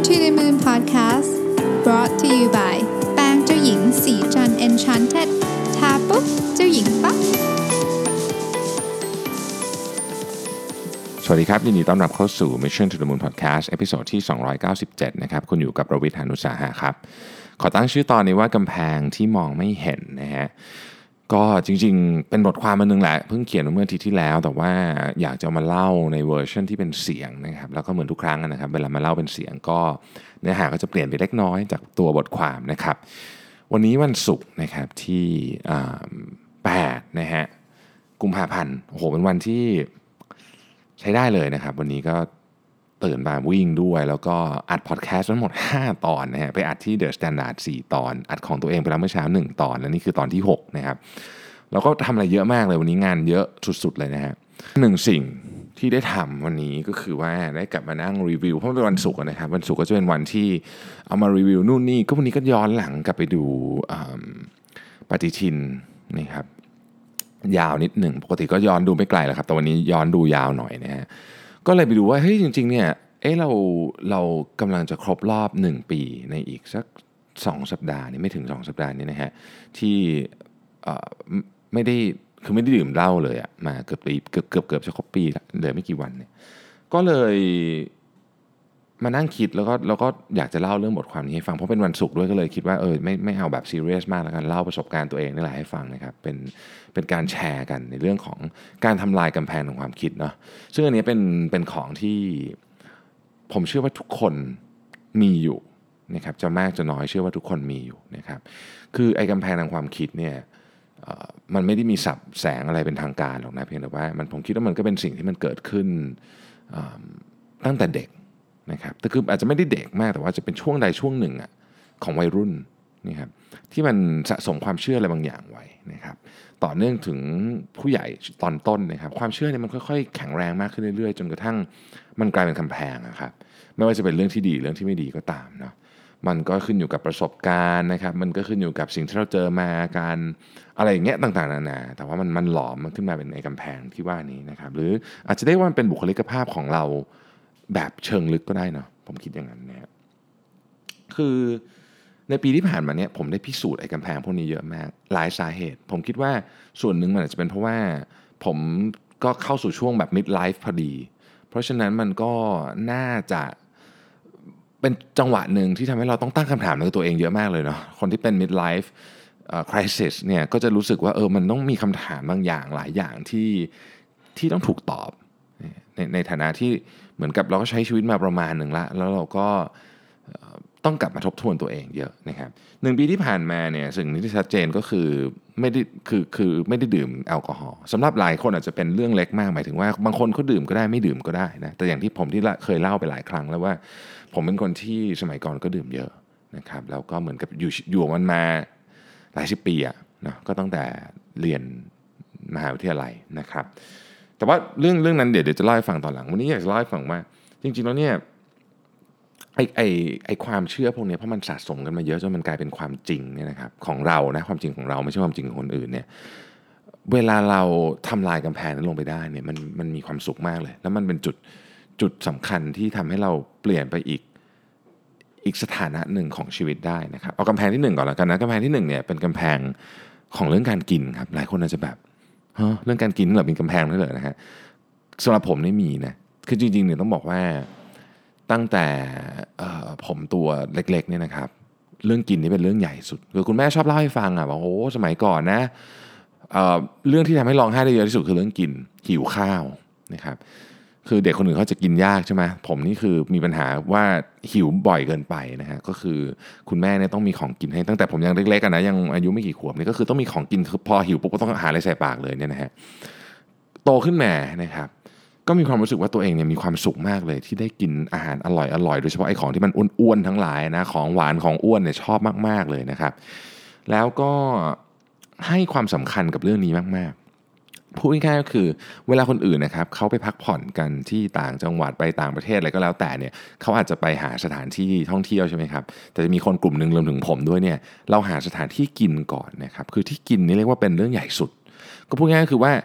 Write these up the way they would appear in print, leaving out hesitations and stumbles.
to the Moon Podcast brought to you by แปรงเจ้าหญิงสีจัน Enchanted ทาปุ๊บเจ้าหญิงปั๊บสวัสดีครับยินดีต้อนรับเข้าสู่ Mission to the Moon Podcast เอพิโซดที่297นะครับคุณอยู่กับประวิทย์ หาญอุตสาหะครับขอตั้งชื่อตอนนี้ว่ากำแพงที่มองไม่เห็นนะฮะก็จริงๆเป็นบทความอันนึงแหละเพิ่งเขียนเมื่ออาทิตย์ที่แล้วแต่ว่าอยากจะมาเล่าในเวอร์ชันที่เป็นเสียงนะครับแล้วก็เหมือนทุกครั้งนะครับเวลามาเล่าเป็นเสียงก็เนื้อหาก็จะเปลี่ยนไปเล็กน้อยจากตัวบทความนะครับวันนี้วันศุกร์นะครับที่8นะฮะกุมภาพันธ์โอ้โหเป็นวันที่ใช้ได้เลยนะครับวันนี้ก็ตื่นมาวิ่งด้วยแล้วก็อัดพอดแคสต์ทั้งหมด5ตอนนะฮะไปอัดที่ The Standard 4 ตอนอัดของตัวเองไปแล้วเมื่อเช้า1ตอนและนี่คือตอนที่6นะครับแล้วก็ทำอะไรเยอะมากเลยวันนี้งานเยอะสุดๆเลยนะฮะหนึ่งสิ่งที่ได้ทำวันนี้ก็คือว่าได้กลับมานั่งรีวิวเพราะเป็นวันศุกร์นะครับวันศุกร์ก็จะเป็นวันที่เอามารีวิวนู่นนี่ก็วันนี้ก็ย้อนหลังกลับไปดูปฏิทินนี่ครับยาวนิดหนึ่งปกติก็ย้อนดูไม่ไกลแล้วครับแต่วันนี้ย้อนดูยาวหน่อยนะฮะก็เลยไปดูว่าเฮ้ยจริงๆเนี่ยเรากำลังจะครบรอบ1ปีในอีกสัก2สัปดาห์นี่ไม่ถึง2สัปดาห์นี้นะฮะที่ไม่ได้ดื่มเหล้าเลยอะมาเกือบปีเกือบจะครบปีแล้วเหลือไม่กี่วันเนี่ยก็เลยมานั่งคิดแล้วก็อยากจะเล่าเรื่องบทความนี้ให้ฟังเพราะเป็นวันศุกร์ด้วยก็เลยคิดว่าไม่เอาแบบซีเรียสมากแล้วกันเล่าประสบการณ์ตัวเองนี่แหละให้ฟังนะครับเป็นการแชร์กันในเรื่องของการทำลายกำแพงของความคิดเนาะซึ่งอันนี้เป็นของที่ผมเชื่อว่าทุกคนมีอยู่นะครับจะมากจะน้อยเชื่อว่าทุกคนมีอยู่นะครับคือไอ้กำแพงทางความคิดเนี่ยมันไม่ได้มีศัพท์แสงอะไรเป็นทางการหรอกนะเพียงแต่ว่าผมคิดว่ามันก็เป็นสิ่งที่มันเกิดขึ้นตั้งแต่เด็กนะครับแต่คืออาจจะไม่ได้เด็กมากแต่ว่าจะเป็นช่วงใดช่วงหนึ่งอะของวัยรุ่นนะครับที่มันสะสมความเชื่ออะไรบางอย่างไว้นะครับต่อเนื่องถึงผู้ใหญ่ตอนต้นนะครับความเชื่อเนี่ยมันค่อยๆแข็งแรงมากขึ้นเรื่อยๆจนกระทั่งมันกลายเป็นกำแพงนะครับไม่ว่าจะเป็นเรื่องที่ดีเรื่องที่ไม่ดีก็ตามเนาะมันก็ขึ้นอยู่กับประสบการณ์นะครับมันก็ขึ้นอยู่กับสิ่งที่เราเจอมาการอะไรอย่างเงี้ยต่างๆนานาแต่ว่ามันหลอมมันขึ้นมาเป็นไอ้กำแพงที่ว่านี้นะครับหรืออาจจะได้ว่ามันเป็นบุคลิกภาพของเราแบบเชิงลึกก็ได้เนาะผมคิดอย่างนั้นนะครับคือในปีที่ผ่านมาเนี่ยผมได้พิสูจน์ไอ้กำแพงพวกนี้เยอะมากหลายสาเหตุผมคิดว่าส่วนหนึ่งมันอาจจะเป็นเพราะว่าผมก็เข้าสู่ช่วงแบบ mid life พอดีเพราะฉะนั้นมันก็น่าจะเป็นจังหวะหนึ่งที่ทำให้เราต้องตั้งคำถามกับตัวเองเยอะมากเลยเนาะคนที่เป็น mid life crisis เนี่ยก็จะรู้สึกว่ามันต้องมีคำถามบางอย่างหลายอย่างที่ต้องถูกตอบในฐานะที่เหมือนกับเราก็ใช้ชีวิตมาประมาณหนึ่งแล้วเราก็ต้องกลับมาทบทวนตัวเองเยอะนะครับ1 ปีที่ผ่านมาเนี่ยสิ่งที่ชัดเจนก็คือไม่ได้คือไม่ได้ดื่มแอลกอฮอล์สำหรับหลายคนอาจจะเป็นเรื่องเล็กมากหมายถึงว่าบางคนเขาดื่มก็ได้ไม่ดื่มก็ได้นะแต่อย่างที่ผมที่เคยเล่าไปหลายครั้งแล้วว่าผมเป็นคนที่สมัยก่อนก็ดื่มเยอะนะครับแล้วก็เหมือนกับอยู่มันมาหลายสิบปีอะนะก็ตั้งแต่เรียนมหาวิทยาลัยนะครับแต่ว่าเรื่องนั้นเดี๋ยวจะเล่าให้ฟังตอนหลังวันนี้อยากจะเล่าให้ฟังว่าจริงๆแล้วเนี่ยไอ้ความเชื่อพวกนี้เพราะมันสะสมกันมาเยอะจนมันกลายเป็นความจริงเนี่ยนะครับของเรานะความจริงของเราไม่ใช่ความจริงของคนอื่นเนี่ยเวลาเราทำลายกำแพงนั้นลงไปได้เนี่ยมันมีความสุขมากเลยแล้วมันเป็นจุดสำคัญที่ทำให้เราเปลี่ยนไปอีกสถานะหนึ่งของชีวิตได้นะครับเอากำแพงที่1ก่อนแล้วกันนะกำแพงที่1เนี่ยเป็นกำแพงของเรื่องการกินครับหลายคนอาจจะแบบเรื่องการกินเหรอมีกำแพงนั่นเหรอนะฮะสำหรับผมนี่มีนะคือจริงๆเนี่ยต้องบอกว่าตั้งแต่ผมตัวเล็กๆเนี่ยนะครับเรื่องกินนี่เป็นเรื่องใหญ่สุดคือคุณแม่ชอบเล่าให้ฟังอ่ะบอกโอ้สมัยก่อนนะเรื่องที่ทำให้ร้องไห้ได้เยอะที่สุดคือเรื่องกินหิวข้าวนะครับคือเด็กคนอื่นเขาจะกินยากใช่ไหมผมนี่คือมีปัญหาว่าหิวบ่อยเกินไปนะฮะก็คือคุณแม่เนี่ยต้องมีของกินให้ตั้งแต่ผมยังเล็กๆกันนะยังอายุไม่กี่ขวบนี่ก็คือต้องมีของกินคือพอหิวปุ๊บก็ต้องหาอะไรใส่ปากเลยเนี่ยนะฮะโตขึ้นมานะครับก็มีความรู้สึกว่าตัวเองเนี่ยมีความสุขมากเลยที่ได้กินอาหารอร่อยโดยเฉพาะไอ้ของที่มันอ้วนๆทั้งหลายนะของหวานของอ้วนเนี่ยชอบมากๆเลยนะครับแล้วก็ให้ความสำคัญกับเรื่องนี้มากๆพูดง่ายๆก็คือเวลาคนอื่นนะครับเขาไปพักผ่อนกันที่ต่างจังหวัดไปต่างประเทศอะไรก็แล้วแต่เนี่ยเขาอาจจะไปหาสถานที่ท่องเที่ยวใช่ไหมครับแต่จะมีคนกลุ่มนึงรวมถึงผมด้วยเนี่ยเราหาสถานที่กินก่อนนะครับคือที่กินนี่เรียกว่าเป็นเรื่องใหญ่สุดก็พูดง่ายๆก็คือว่า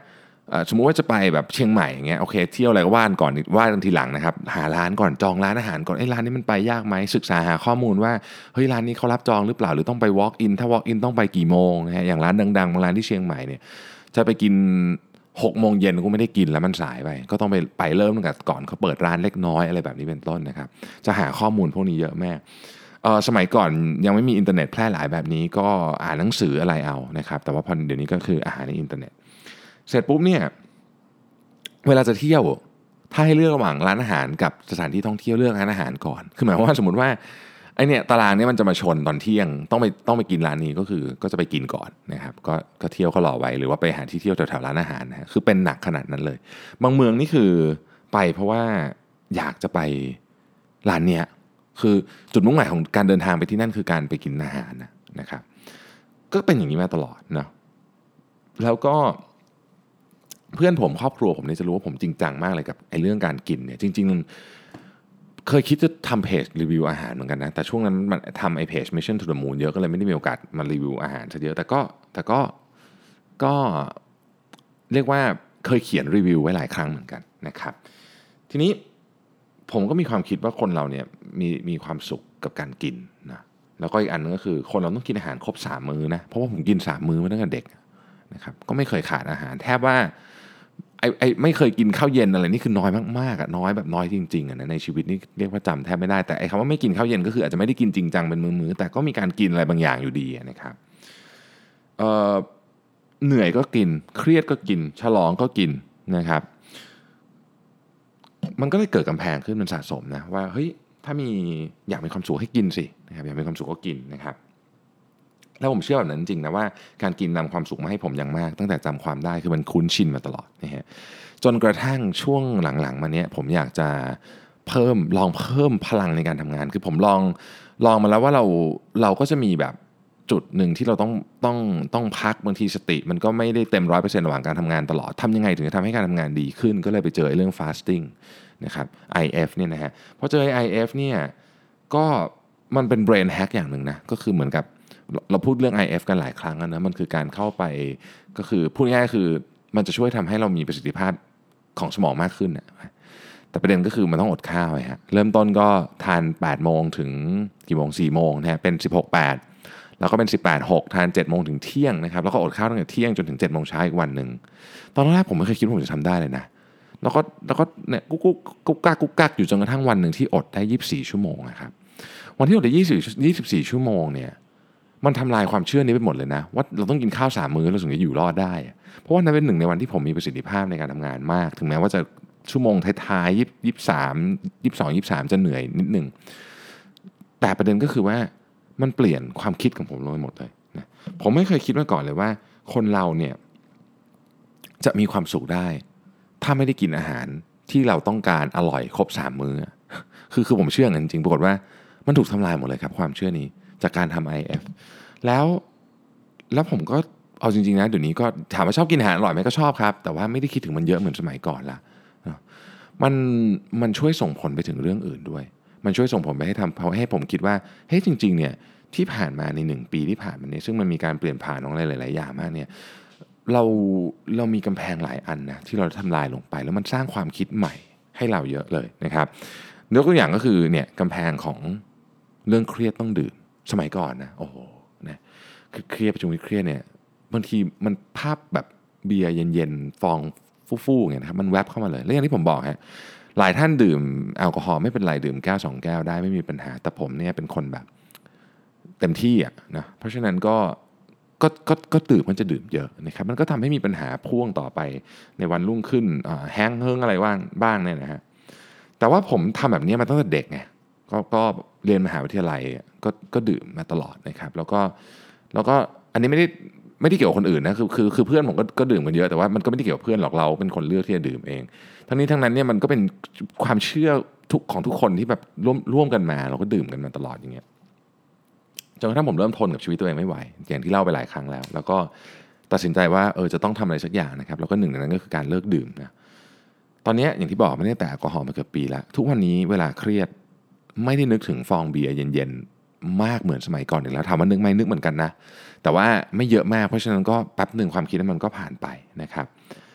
สมมุติว่าจะไปแบบเชียงใหม่อย่างเงี้ยโอเคเที่ยวอะไรก็ว่ากันก่อนว่ากันทีหลังนะครับหาร้านก่อนจองร้านอาหารก่อนร้านนี้มันไปยากไหมศึกษาหาข้อมูลว่าเฮ้ยร้านนี้เขารับจองหรือเปล่าหรือต้องไป walk in ถ้า walk in ต้องไปกี่โมงนะฮะอย่างร้านดังๆบางร้านที่เชียงใหม่เนี่ยจะไปกิน6 โมงเย็นก็ไม่ได้กินแล้วมันสายไปก็ต้องไปเริ่มตั้งแต่ก่อนเขาเปิดร้านเล็กน้อยอะไรแบบนี้เป็นต้นนะครับจะหาข้อมูลพวกนี้เยอะแม่สมัยก่อนยังไม่มีอินเทอร์เน็ตแพร่หลายแบบนี้ก็อ่านหนังสืออะไรเอานะครับแต่ว่าพอเดี๋ยวนี้ก็คืออาหารในอินเทอร์เน็ตเสร็จปุ๊บเนี่ยเวลาจะเที่ยวถ้าให้เลือกระหว่างร้านอาหารกับสถานที่ท่องเที่ยวเลือกร้านอาหารก่อนคือหมายความว่าสมมติว่าไอเนี่ยตารางนี้มันจะมาชนตอนเที่ยงต้องไปกินร้านนี้ก็จะไปกินก่อนนะครับก็เที่ยวเขารอไว้หรือว่าไปหาที่เที่ยวแถวๆร้านอาหารนะคือเป็นหนักขนาดนั้นเลยบางเมืองนี่คือไปเพราะว่าอยากจะไปร้านเนี้ยคือจุดมุ่งหมายของการเดินทางไปที่นั่นคือการไปกินอาหารนะครับก็เป็นอย่างนี้มาตลอดเนาะแล้วก็เพื่อนผมครอบครัวผมเนี่ยจะรู้ว่าผมจริงจังมากเลยกับไอ้เรื่องการกินเนี่ยจริงๆเคยคิดจะทำเพจรีวิวอาหารเหมือนกันนะแต่ช่วงนั้นมันทำไอ้เพจ Mission to the Moon เยอะก็เลยไม่ได้มีโอกาสมารีวิวอาหารซะเยอะแต่ก็เรียกว่าเคยเขียนรีวิวไว้หลายครั้งเหมือนกันนะครับทีนี้ผมก็มีความคิดว่าคนเราเนี่ยมีความสุขกับการกินนะแล้วก็อีกอันนึงก็คือคนเราต้องกินอาหารครบ3 มื้อนะเพราะว่าผมกิน3 มื้อมาตั้งแต่เด็กนะครับก็ไม่เคยขาดอาหารแทบว่าไอ้ไม่เคยกินข้าวเย็นอะไรนี่คือน้อยมากๆน้อยแบบน้อยจริงๆนะในชีวิตนี่เรียกว่าจำแทบไม่ได้แต่ไอ้คำว่าไม่กินข้าวเย็นก็คืออาจจะไม่ได้กินจริงจังเป็นมื้อๆแต่ก็มีการกินอะไรบางอย่างอยู่ดีนะครับเหนื่อยก็กินเครียดก็กินฉลองก็กินนะครับมันก็เลยเกิดกำแพงขึ้นมันสะสมนะว่าเฮ้ยถ้าอยากมีความสุขให้กินสินะครับอยากมีความสุขก็กินนะครับแล้วผมเชื่อแบบนั้นจริงนะว่าการกินนำความสุขมาให้ผมอย่างมากตั้งแต่จำความได้คือมันคุ้นชินมาตลอดนะฮะจนกระทั่งช่วงหลังๆมาเนี้ยผมอยากจะลองเพิ่มพลังในการทำงานคือผมลองมาแล้วว่าเราก็จะมีแบบจุดหนึ่งที่เราต้องพักบางทีสติมันก็ไม่ได้เต็ม 100% ระหว่างการทำงานตลอดทำยังไงถึงจะทำให้การทำงานดีขึ้นก็เลยไปเจอเรื่อง fasting นะครับ IF เนี่ยนะฮะพอเจอ IF เนี่ยก็มันเป็น brain hack อย่างหนึ่งนะก็คือเหมือนกับเราพูดเรื่อง IF กันหลายครั้งนะมันคือการเข้าไปก็คือพูดง่ายๆคือมันจะช่วยทำให้เรามีประสิทธิภาพของสมองมากขึ้นนะแต่ประเด็นก็คือมันต้องอดข้าวฮะเริ่มต้นก็ทาน8 โมงถึงกี่โมง4 โมงนะฮะเป็น16-8แล้วก็เป็น18-6ทาน7 โมงถึงเที่ยงนะครับแล้วก็อดข้าวตั้งแต่เที่ยงจนถึง7 โมงเช้าอีกวันหนึ่งตอนแรกผมไม่เคยคิดว่าผมจะทำได้เลยนะแล้วก็เนี่ยกุ๊กกักอยู่จนกระทั่งวันหนึ่งที่อดได้24 ชั่วโมงนะครับวันที่อดได้24 ชั่วโมงเนี่ยมันทำลายความเชื่อนี้ไปหมดเลยนะว่าเราต้องกินข้าว3 มื้อเราถึงจะอยู่รอดได้เพราะว่านั้นเป็นหนึ่งในวันที่ผมมีประสิทธิภาพในการทำงานมากถึงแม้ว่าจะชั่วโมงท้ายๆ23จะเหนื่อยนิดนึงแต่ประเด็นก็คือว่ามันเปลี่ยนความคิดของผมลงไปหมดเลยนะผมไม่เคยคิดมาก่อนเลยว่าคนเราเนี่ยจะมีความสุขได้ถ้าไม่ได้กินอาหารที่เราต้องการอร่อยครบ3 มื้อคือผมเชื่ออย่างนั้นจริงปรากฏว่ามันถูกทำลายหมดเลยครับความเชื่อนี้จากการทำ IF แล้วผมก็เอาจริงๆนะเดี๋ยวนี้ก็ถามว่าชอบกินอาหารอร่อยไหมก็ชอบครับแต่ว่าไม่ได้คิดถึงมันเยอะเหมือนสมัยก่อนละมันช่วยส่งผลไปถึงเรื่องอื่นด้วยมันช่วยส่งผลไปให้ผมคิดว่าเฮ้ยจริงๆเนี่ยที่ผ่านมาใน1 ปีที่ผ่านมาเนี่ยซึ่งมันมีการเปลี่ยนผ่านของอะไรหลายๆอย่างมากเนี่ยเรามีกำแพงหลายอันนะที่เราทำลายลงไปแล้วมันสร้างความคิดใหม่ให้เราเยอะเลยนะครับยกตัวอย่างก็คือเนี่ยกำแพงของเรื่องเครียดต้องดื่มสมัยก่อนนะโอ้โหนะเครียดประชุมเครียดเนี่ยบางทีมันภาพแบบเบียร์เย็นๆฟองฟู่ๆอย่างเงี้ยนะครับมันแวบเข้ามาเลยแล้วอย่างที่ผมบอกฮะหลายท่านดื่มแอลกอฮอล์ไม่เป็นไรดื่มแก้ว2 แก้วได้ไม่มีปัญหาแต่ผมเนี่ยเป็นคนแบบเต็มที่นะเพราะฉะนั้นก็ดื่มมันจะดื่มเยอะนะครับมันก็ทำให้มีปัญหาพ่วงต่อไปในวันรุ่งขึ้นแห้งเฮิงอะไรบ้างเนี่ยนะฮะแต่ว่าผมทำแบบนี้มาตั้งแต่เด็กไงก็เรียนมหาวิทยาลัยก็ดื่มมาตลอดนะครับแล้วก็อันนี้ไม่ได้เกี่ยวกับคนอื่นนะคือเพื่อนผมก็ดื่มกันเยอะแต่ว่ามันก็ไม่ได้เกี่ยวกับเพื่อนหรอกเราเป็นคนเลือกที่จะดื่มเองทั้งนี้ทั้งนั้นเนี่ยมันก็เป็นความเชื่อของทุกคนที่แบบร่วมกันมาเราก็ดื่มกันมาตลอดอย่างเงี้ยจนกระทั่งผมเริ่มทนกับชีวิตตัวเองไม่ไหวอย่างที่เล่าไปหลายครั้งแล้วก็ตัดสินใจว่าจะต้องทำอะไรสักอย่างนะครับแล้วก็หนึ่งในนั้นก็คือการเลิกดื่มนะตอนนี้อย่างที่บอกไม่ได้แต่แอลกอฮอล์มาเกือบปีแล้วทุกวันนี้เวลาเครียดไม่ได้นึกถึงฟองเบียร์เย็นๆมากเหมือนสมัยก่อนอีกแล้วถามว่านึกไหมนึกเหมือนกันนะแต่ว่าไม่เยอะมากเพราะฉะนั้นก็แป๊บหนึ่งความคิดนั้นมันก็ผ่านไปนะครับ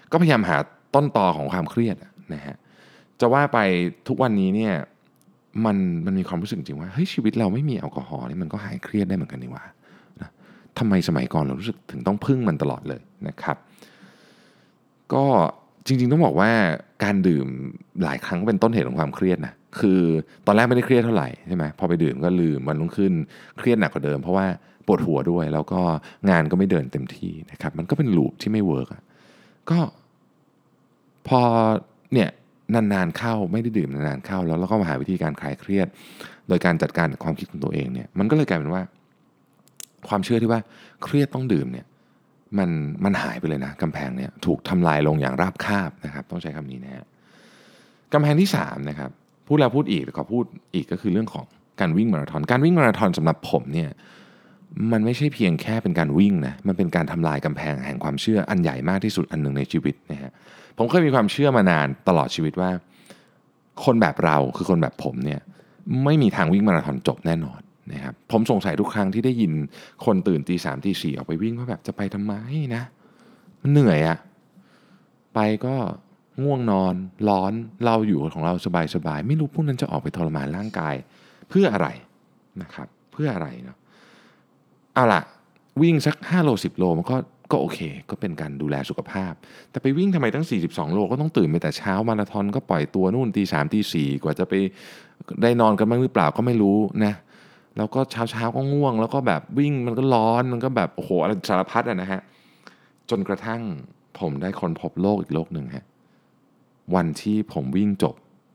ก็พยายามหาต้นตอของความเครียดนะฮะจะว่าไปทุกวันนี้เนี่ยมันมีความรู้สึกจริงว่าเฮ้ยชีวิตเราไม่มีแอลกอฮอล์นี่มันก็หายเครียดได้เหมือนกันนี่หว่านะทำไมสมัยก่อนเรารู้สึกถึงต้องพึ่งมันตลอดเลยนะครับก็จริงๆต้องบอกว่าการดื่มหลายครั้งเป็นต้นเหตุของความเครียดนะคือตอนแรกไม่ได้เครียดเท่าไหร่ใช่ไหมพอไปดื่มก็ลืมวันรุ่งขึ้นเครียดหนักกว่าเดิมเพราะว่าปวดหัวด้วยแล้วก็งานก็ไม่เดินเต็มที่นะครับมันก็เป็นลูปที่ไม่เวิร์กก็พอเนี่ยนานๆเข้าไม่ได้ดื่มนานๆเข้าแล้วเราก็มาหาวิธีการคลายเครียดโดยการจัดการกับความคิดของตัวเองเนี่ยมันก็เลยกลายเป็นว่าความเชื่อที่ว่าเครียดต้องดื่มเนี่ยมันหายไปเลยนะกำแพงเนี่ยถูกทำลายลงอย่างราบคาบนะครับต้องใช้คำนี้นะฮะกำแพงที่3นะครับพูดแล้วพูดอีกแต่ขอพูดอีกก็คือเรื่องของการวิ่งมาราธอนการวิ่งมาราธอนสำหรับผมเนี่ยมันไม่ใช่เพียงแค่เป็นการวิ่งนะมันเป็นการทำลายกำแพงแห่งความเชื่ออันใหญ่มากที่สุดอันหนึ่งในชีวิตนะฮะผมเคยมีความเชื่อมานานตลอดชีวิตว่าคนแบบเราคือคนแบบผมเนี่ยไม่มีทางวิ่งมาราธอนจบแน่นอนนะครับผมสงสัยทุกครั้งที่ได้ยินคนตื่นตี 3ตี 4ออกไปวิ่งว่าแบบจะไปทำไมนะมันเหนื่อยอะไปก็ง่วงนอนร้อนเราอยู่ของเราสบายๆไม่รู้พวกนั้นจะออกไปทรมานร่างกายเพื่ออะไรนะครับเพื่ออะไรเนาะเอาล่ะวิ่งสัก5โล10โลมันก็โอเคก็เป็นการดูแลสุขภาพแต่ไปวิ่งทำไมตั้ง42โลก็ต้องตื่นไปแต่เช้ามาราธอนก็ปล่อยตัวนู่นตี 3ตี 4กว่าจะไปได้นอนกันบ้างหรือเปล่าก็ไม่รู้นะแล้วก็เช้าก็ง่วงแล้วก็แบบวิ่งมันก็ร้อนมันก็แบบโอ้โหอะไรสารพัดนะฮะจนกระทั่งผมได้ค้นพบโลกอีกโลกหนึ่งฮะวันที่ผมวิ่งจบ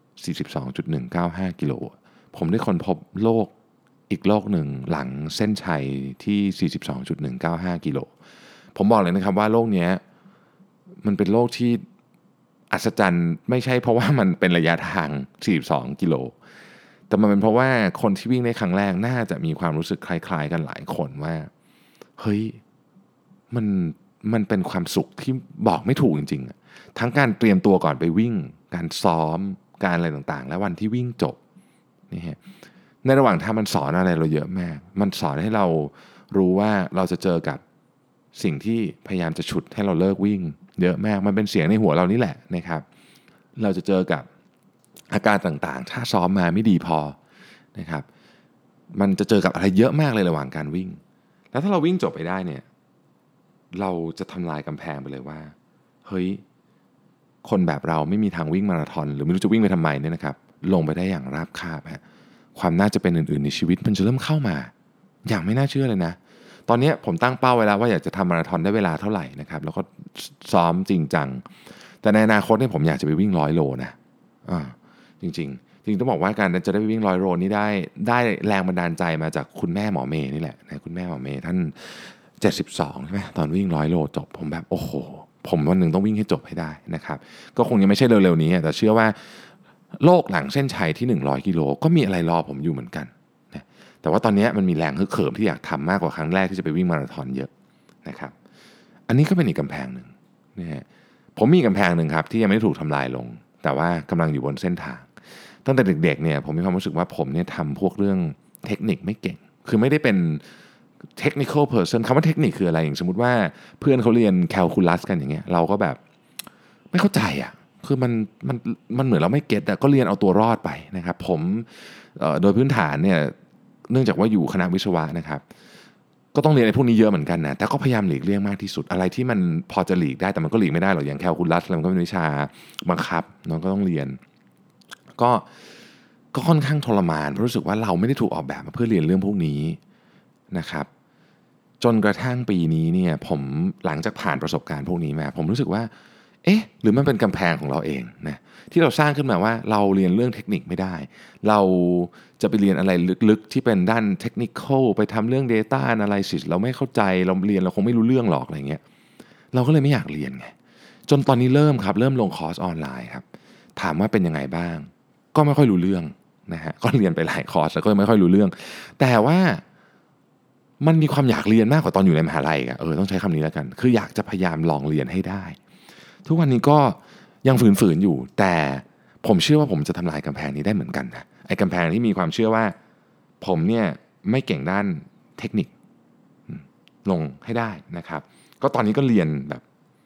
42.195 กิโลผมได้ค้นพบโลกอีกโลกหนึ่งหลังเส้นชัยที่ 42.195 กิโลผมบอกเลยนะครับว่าโลกนี้มันเป็นโลกที่อัศจรรย์ไม่ใช่เพราะว่ามันเป็นระยะทาง42กิโลแต่มันเป็นเพราะว่าคนที่วิ่งในครั้งแรกน่าจะมีความรู้สึกคล้ายๆกันหลายคนว่าเฮ้ยมันเป็นความสุขที่บอกไม่ถูกจริงๆทั้งการเตรียมตัวก่อนไปวิ่งการซ้อมการอะไรต่างๆและวันที่วิ่งจบนี่ฮะในระหว่างทางมันสอนอะไรเราเยอะมากมันสอนให้เรารู้ว่าเราจะเจอกับสิ่งที่พยายามจะฉุดให้เราเลิกวิ่งเยอะมากมันเป็นเสียงในหัวเรานี่แหละนะครับเราจะเจอกับอาการต่างๆถ้าซ้อมมาไม่ดีพอนะครับมันจะเจอกับอะไรเยอะมากเลยระหว่างการวิ่งแล้วถ้าเราวิ่งจบไปได้เนี่ยเราจะทำลายกำแพงไปเลยว่าเฮ้ยคนแบบเราไม่มีทางวิ่งมาราธอนหรือไม่รู้จะวิ่งไปทำไมเนี่ยนะครับลงไปได้อย่างราบคาบฮะความน่าจะเป็นอื่นๆในชีวิตมันจะเริ่มเข้ามาอย่างไม่น่าเชื่อเลยนะตอนนี้ผมตั้งเป้าไว้แล้วว่าอยากจะทำมาราธอนได้เวลาเท่าไหร่นะครับแล้วก็ซ้อมจริงจังแต่ในอนาคตเนี่ยผมอยากจะไปวิ่ง100 โลนะจริงๆจริงต้องบอกว่าการจะได้ไปวิ่ง100 โลนี่ได้แรงบันดาลใจมาจากคุณแม่หมอเมย์นี่แหละนะคุณแม่หมอเมย์ท่าน72ใช่ไหมตอนวิ่ง100 โลจบผมแบบโอ้โหผมวันหนึ่งต้องวิ่งให้จบให้ได้นะครับก็คงยังไม่ใช่เร็วๆนี้แต่เชื่อว่าโลกหลังเส้นชัยที่100 กิโลก็มีอะไรรอผมอยู่เหมือนกันนะแต่ว่าตอนนี้มันมีแรงฮึกเหิมที่อยากทำมากกว่าครั้งแรกที่จะไปวิ่งมาราธอนเยอะนะครับอันนี้ก็เป็นอีกกำแพงหนึ่งนะฮะผมมีกำแพงหนึ่งครับที่ยังไม่ได้ถูกทำลายลงแต่ว่ากำลังอยู่บนเส้นทางตั้งแต่เด็กๆเนี่ยผมมีความรู้สึกว่าผมเนี่ยทำพวกเรื่องเทคนิคไม่เก่งคือไม่ได้เป็น technical person คำว่าเทคนิคคืออะไรอย่างสมมติว่าเพื่อนเขาเรียนแคลคูลัสกันอย่างเงี้ยเราก็แบบไม่เข้าใจอ่ะคือมันเหมือนเราไม่เก็ตก็เรียนเอาตัวรอดไปนะครับผมโดยพื้นฐานเนี่ยเนื่องจากว่าอยู่คณะวิศวะนะครับก็ต้องเรียนในพวกนี้เยอะเหมือนกันนะแต่ก็พยายามหลีกเลี่ยงมากที่สุดอะไรที่มันพอจะหลีกได้แต่มันก็หลีกไม่ได้หรอกอย่างแคลคูลัสมันก็เป็นวิชาบังคับน้องก็ต้องเรียนก็ค่อนข้างทรมานเพราะรู้สึกว่าเราไม่ได้ถูกออกแบบมาเพื่อเรียนเรื่องพวกนี้นะครับจนกระทั่งปีนี้เนี่ยผมหลังจากผ่านประสบการณ์พวกนี้มาผมรู้สึกว่าเอ๊ะหรือมันเป็นกำแพงของเราเองนะที่เราสร้างขึ้นมาว่าเราเรียนเรื่องเทคนิคไม่ได้เราจะไปเรียนอะไรลึกๆที่เป็นด้านเทคนิคไปทำเรื่อง Data Analysis เราไม่เข้าใจเราเรียนเราคงไม่รู้เรื่องหรอกอะไรเงี้ยเราก็เลยไม่อยากเรียนไงจนตอนนี้เริ่มลงคอร์สออนไลน์ครับถามว่าเป็นยังไงบ้างก็ไม่ค่อยรู้เรื่องนะฮะก็เรียนไปหลายคอร์สแล้วก็ไม่ค่อยรู้เรื่องแต่ว่ามันมีความอยากเรียนมากกว่าตอนอยู่ในมหาลัยอ่ะต้องใช้คำนี้แล้วกันคืออยากจะพยายามลองเรียนให้ได้ทุกวันนี้ก็ยังฝืนๆอยู่แต่ผมเชื่อว่าผมจะทำลายกำแพงนี้ได้เหมือนกันนะไอ้กำแพงที่มีความเชื่อว่าผมเนี่ยไม่เก่งด้านเทคนิคลงให้ได้นะครับก็ตอนนี้ก็เรียนแบบ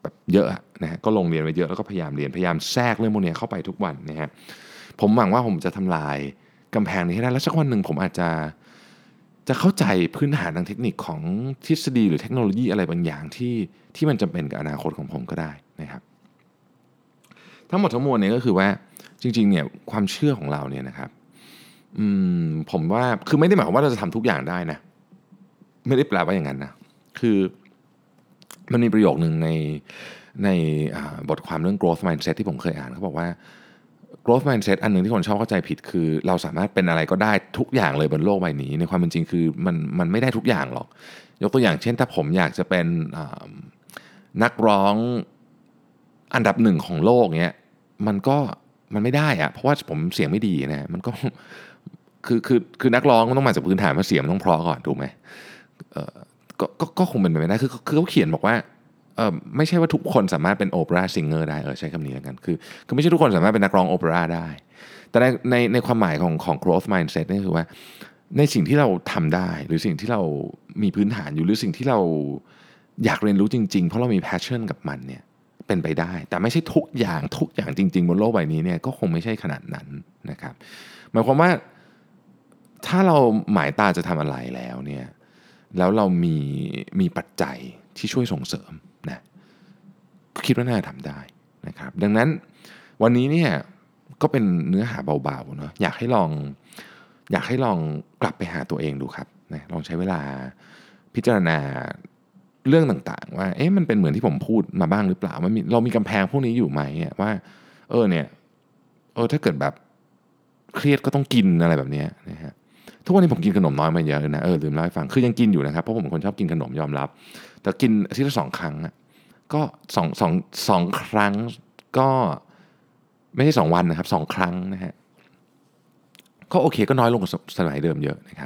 แบบเยอะนะฮะก็ลงเรียนไปเยอะแล้วก็พยายามเรียนพยายามแทรกเรื่องพวกนี้เข้าไปทุกวันนะฮะผมหวังว่าผมจะทำลายกำแพงนี้ให้ได้แล้วสักวันหนึ่งผมอาจจะเข้าใจพื้นฐานทางเทคนิคของทฤษฎีหรือเทคโนโลยีอะไรบางอย่างที่มันจำเป็นกับอนาคตของผมก็ได้นะครับทั้งหมดทั้งมวลเนี่ยก็คือว่าจริงๆเนี่ยความเชื่อของเราเนี่ยนะครับผมว่าคือไม่ได้หมายความว่าเราจะทำทุกอย่างได้นะไม่ได้แปลว่าอย่างนั้นนะคือมันมีประโยคนึงในบทความเรื่อง growth mindset ที่ผมเคยอ่านเขาบอกว่า growth mindset อันนึงที่คนชอบเข้าใจผิดคือเราสามารถเป็นอะไรก็ได้ทุกอย่างเลยบนโลกใบนี้ในความเป็นจริงคือมันไม่ได้ทุกอย่างหรอกยกตัวอย่างเช่นถ้าผมอยากจะเป็นนักร้องอันดับหนึ่งของโลกเนี้ยมันไม่ได้อะเพราะว่าผมเสียงไม่ดีนะมันก็คือนักร้องมันต้องมาจากพื้นฐานว่าเสียงมันต้องเพราะก่อนถูกไหมก็คงเป็นไปไม่ได้คือเขาเขียนบอกว่าไม่ใช่ว่าทุกคนสามารถเป็นโอเปร่าซิงเกอร์ได้ใช้คำนี้แล้วกันคือไม่ใช่ทุกคนสามารถเป็นนักร้องโอเปร่าได้แต่ในความหมายของ growth mindset นี่คือว่าในสิ่งที่เราทำได้หรือสิ่งที่เรามีพื้นฐานอยู่หรือสิ่งที่เราอยากเรียนรู้จริงๆเพราะเรามี passion กับมันเนี่ยเป็นไปได้แต่ไม่ใช่ทุกอย่างจริงๆบนโลกใบนี้เนี่ยก็คงไม่ใช่ขนาดนั้นนะครับหมายความว่าถ้าเราหมายตาจะทำอะไรแล้วเนี่ยแล้วเรามีปัจจัยที่ช่วยส่งเสริมนะคิดว่าน่าจะทำได้นะครับดังนั้นวันนี้เนี่ยก็เป็นเนื้อหาเบาๆเนาะอยากให้ลองกลับไปหาตัวเองดูครับนะลองใช้เวลาพิจารณาเรื่องต่างๆว่ามันเป็นเหมือนที่ผมพูดมาบ้างหรือเปล่าเรามีกำแพงพวกนี้อยู่ไหมว่าเนี่ยถ้าเกิดแบบเครียดก็ต้องกินอะไรแบบนี้นะฮะทุกวันนี้ผมกินขนมน้อยมาเยอะเลยนะลืมเล่าให้ฟังคือยังกินอยู่นะครับเพราะผมเป็นคนชอบกินขนมยอมรับแต่กินอาทิตย์ละ2 ครั้งก็สองครั้งก็ไม่ใช่2 วันนะครับ2 ครั้งนะฮะก็โอเคก็น้อยลงกว่าสมัยเดิมเยอะนะครับ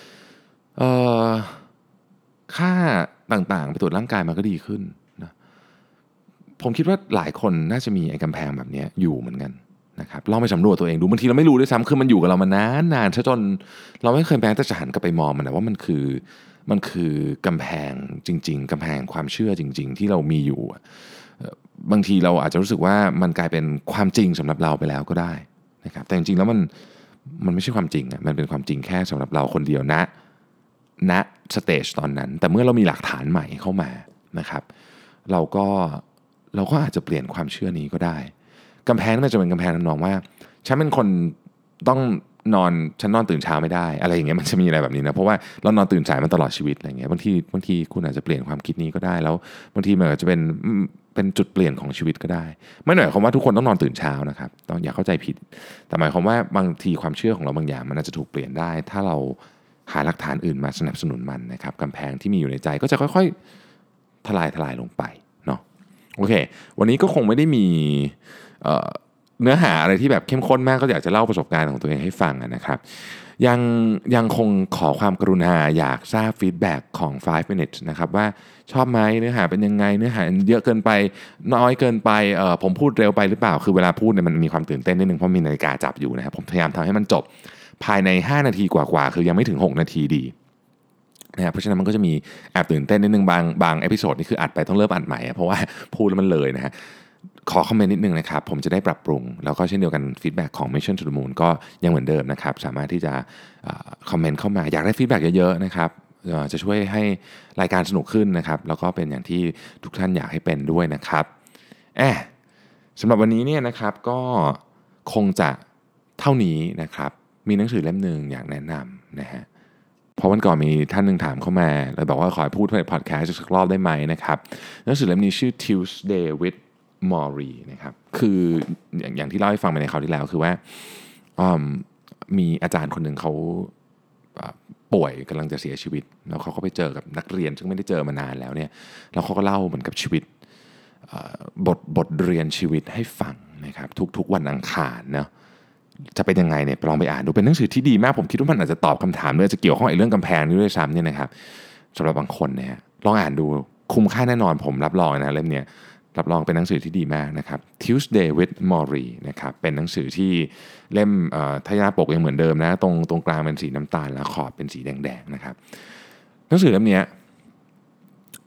ค่าต่างๆไปตรวจร่างกายมันก็ดีขึ้นนะผมคิดว่าหลายคนน่าจะมีไอ้กำแพงแบบนี้อยู่เหมือนกันนะครับลองไปสำรวจตัวเองดูบางทีเราไม่รู้ด้วยซ้ำคือมันอยู่กับเรามานานซะจนเราไม่เคยแม้แต่จะหันกลับไปมองมันนะว่ามันคือกำแพงจริงๆกำแพงความเชื่อจริงๆที่เรามีอยู่บางทีเราอาจจะรู้สึกว่ามันกลายเป็นความจริงสำหรับเราไปแล้วก็ได้นะครับแต่จริงๆแล้วมันไม่ใช่ความจริงมันเป็นความจริงแค่สำหรับเราคนเดียวณสเตจตอนนั้นแต่เมื่อเรามีหลักฐานใหม่เข้ามานะครับเราก็อาจจะเปลี่ยนความเชื่อนี้ก็ได้กำแพงน่าจะเป็นกำแพงทำนองว่าฉันเป็นคนต้องฉันนอนตื่นเช้าไม่ได้อะไรอย่างเงี้ยมันจะมีอะไรแบบนี้นะเพราะว่าเรานอนตื่นสายมาตลอดชีวิตอะไรเงี้ยบางทีคุณอาจจะเปลี่ยนความคิดนี้ก็ได้แล้วบางทีมันอาจจะเป็นจุดเปลี่ยนของชีวิตก็ได้ไม่หมายความว่าทุกคนต้องนอนตื่นเช้านะครับต้องอย่าเข้าใจผิดแต่หมายความว่าบางทีความเชื่อของเราบางอย่างมันอาจจะถูกเปลี่ยนได้ถ้าเราหาหลักฐานอื่นมาสนับสนุนมันนะครับกำแพงที่มีอยู่ในใจก็จะค่อยๆทลายลงไปเนาะโอเควันนี้ก็คงไม่ได้มีเนื้อหาอะไรที่แบบเข้มข้นมากก็อยากจะเล่าประสบการณ์ของตัวเองให้ฟังนะครับยังคงขอความกรุณาอยากทราบฟีดแบ็กของ5 minutes นะครับว่าชอบไหมเนื้อหาเป็นยังไงเนื้อหาเยอะเกินไปน้อยเกินไปผมพูดเร็วไปหรือเปล่าคือเวลาพูดเนี่ยมันมีความตื่นเต้นนิดนึงเพราะมีนาฬิกาจับอยู่นะครับผมพยายามทำให้มันจบภายใน5 นาทีกว่าคือยังไม่ถึง6 นาทีดีนะเพราะฉะนั้นมันก็จะมีแอบตื่นเต้นนิดนึงบางเอพิโซดนี่คืออัดไปต้องเริ่มอัดใหม่เพราะว่าพูดแล้วมันเลยนะฮะขอคอมเมนต์นิดนึงนะครับผมจะได้ปรับปรุงแล้วก็เช่นเดียวกันฟีดแบ็กของ Mission to the Moon ก็ยังเหมือนเดิมนะครับสามารถที่จะคอมเมนต์เข้ามาอยากได้ฟีดแบ็กเยอะๆนะครับจะช่วยให้รายการสนุกขึ้นนะครับแล้วก็เป็นอย่างที่ทุกท่านอยากให้เป็นด้วยนะครับสำหรับวันนี้เนี่ยนะครับก็คงจะเท่านี้นะครับมีหนังสือเล่มนึงอยากแนะนำนะฮะเพราะวันก่อนมีท่านหนึ่งถามเข้ามาแล้วบอกว่าขอให้พูดในพอดแคสต์สักรอบได้ไหมนะครับหนังสือเล่มนี้ชื่อ Tuesday with Morrie นะครับคืออย่างที่เล่าให้ฟังไปในคราวที่แล้วคือว่ามีอาจารย์คนหนึ่งเขาป่วยกำลังจะเสียชีวิตแล้วเขาก็ไปเจอกับนักเรียนซึ่งไม่ได้เจอมานานแล้วเนี่ยแล้วเขาก็เล่าเหมือนกับชีวิตบทเรียนชีวิตให้ฟังนะครับทุกวันอังคารเนาะจะเป็นยังไงเนี่ยลองไปอ่านดูเป็นหนังสือที่ดีมากผมคิดว่ามันอาจจะตอบคำถามด้วยจะเกี่ยวข้องกับเรื่องกำแพงนี้ด้วยซ้ำเนี่ยนะครับสำหรับบางคนเนี่ยลองอ่านดูคุ้มค่าแน่นอนผมรับรองนะเล่มเนี้ยรับรองเป็นหนังสือที่ดีมากนะครับ Tuesday with Morrie นะครับเป็นหนังสือที่เล่มทายาปกยังเหมือนเดิมนะตรงกลางเป็นสีน้ำตาลแล้วขอบเป็นสีแดงๆนะครับหนังสือเล่มนี้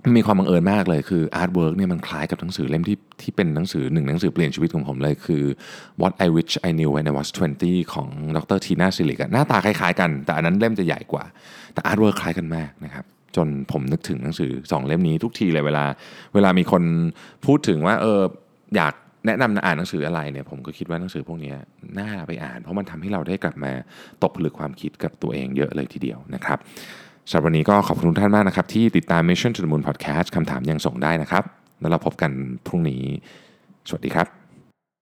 มีความบังเอิญมากเลยคืออาร์ตเวิร์กเนี่ยมันคล้ายกับหนังสือเล่มที่เป็นหนังสือหนังสือเปลี่ยนชีวิตของผมเลยคือ What I Wish I Knew When I Was 20 ของดร. ทีน่าซิลิกหน้าตาคล้ายๆกันแต่อันนั้นเล่มจะใหญ่กว่าแต่อาร์ตเวิร์กคล้ายกันมากนะครับจนผมนึกถึงหนังสือ2เล่มนี้ทุกทีเลยเวลามีคนพูดถึงว่าอยากแนะนำอ่านหนังสืออะไรเนี่ยผมก็คิดว่าหนังสือพวกนี้น่าไปอ่านเพราะมันทำให้เราได้กลับมาตกผลึกความคิดกับตัวเองเยอะเลยทีเดียวนะครับสำหรับวันนี้ก็ขอบคุณทุกท่านมากนะครับที่ติดตาม Mission to the Moon Podcast คำถามยังส่งได้นะครับแล้วเราพบกันพรุ่งนี้สวัสดีครับ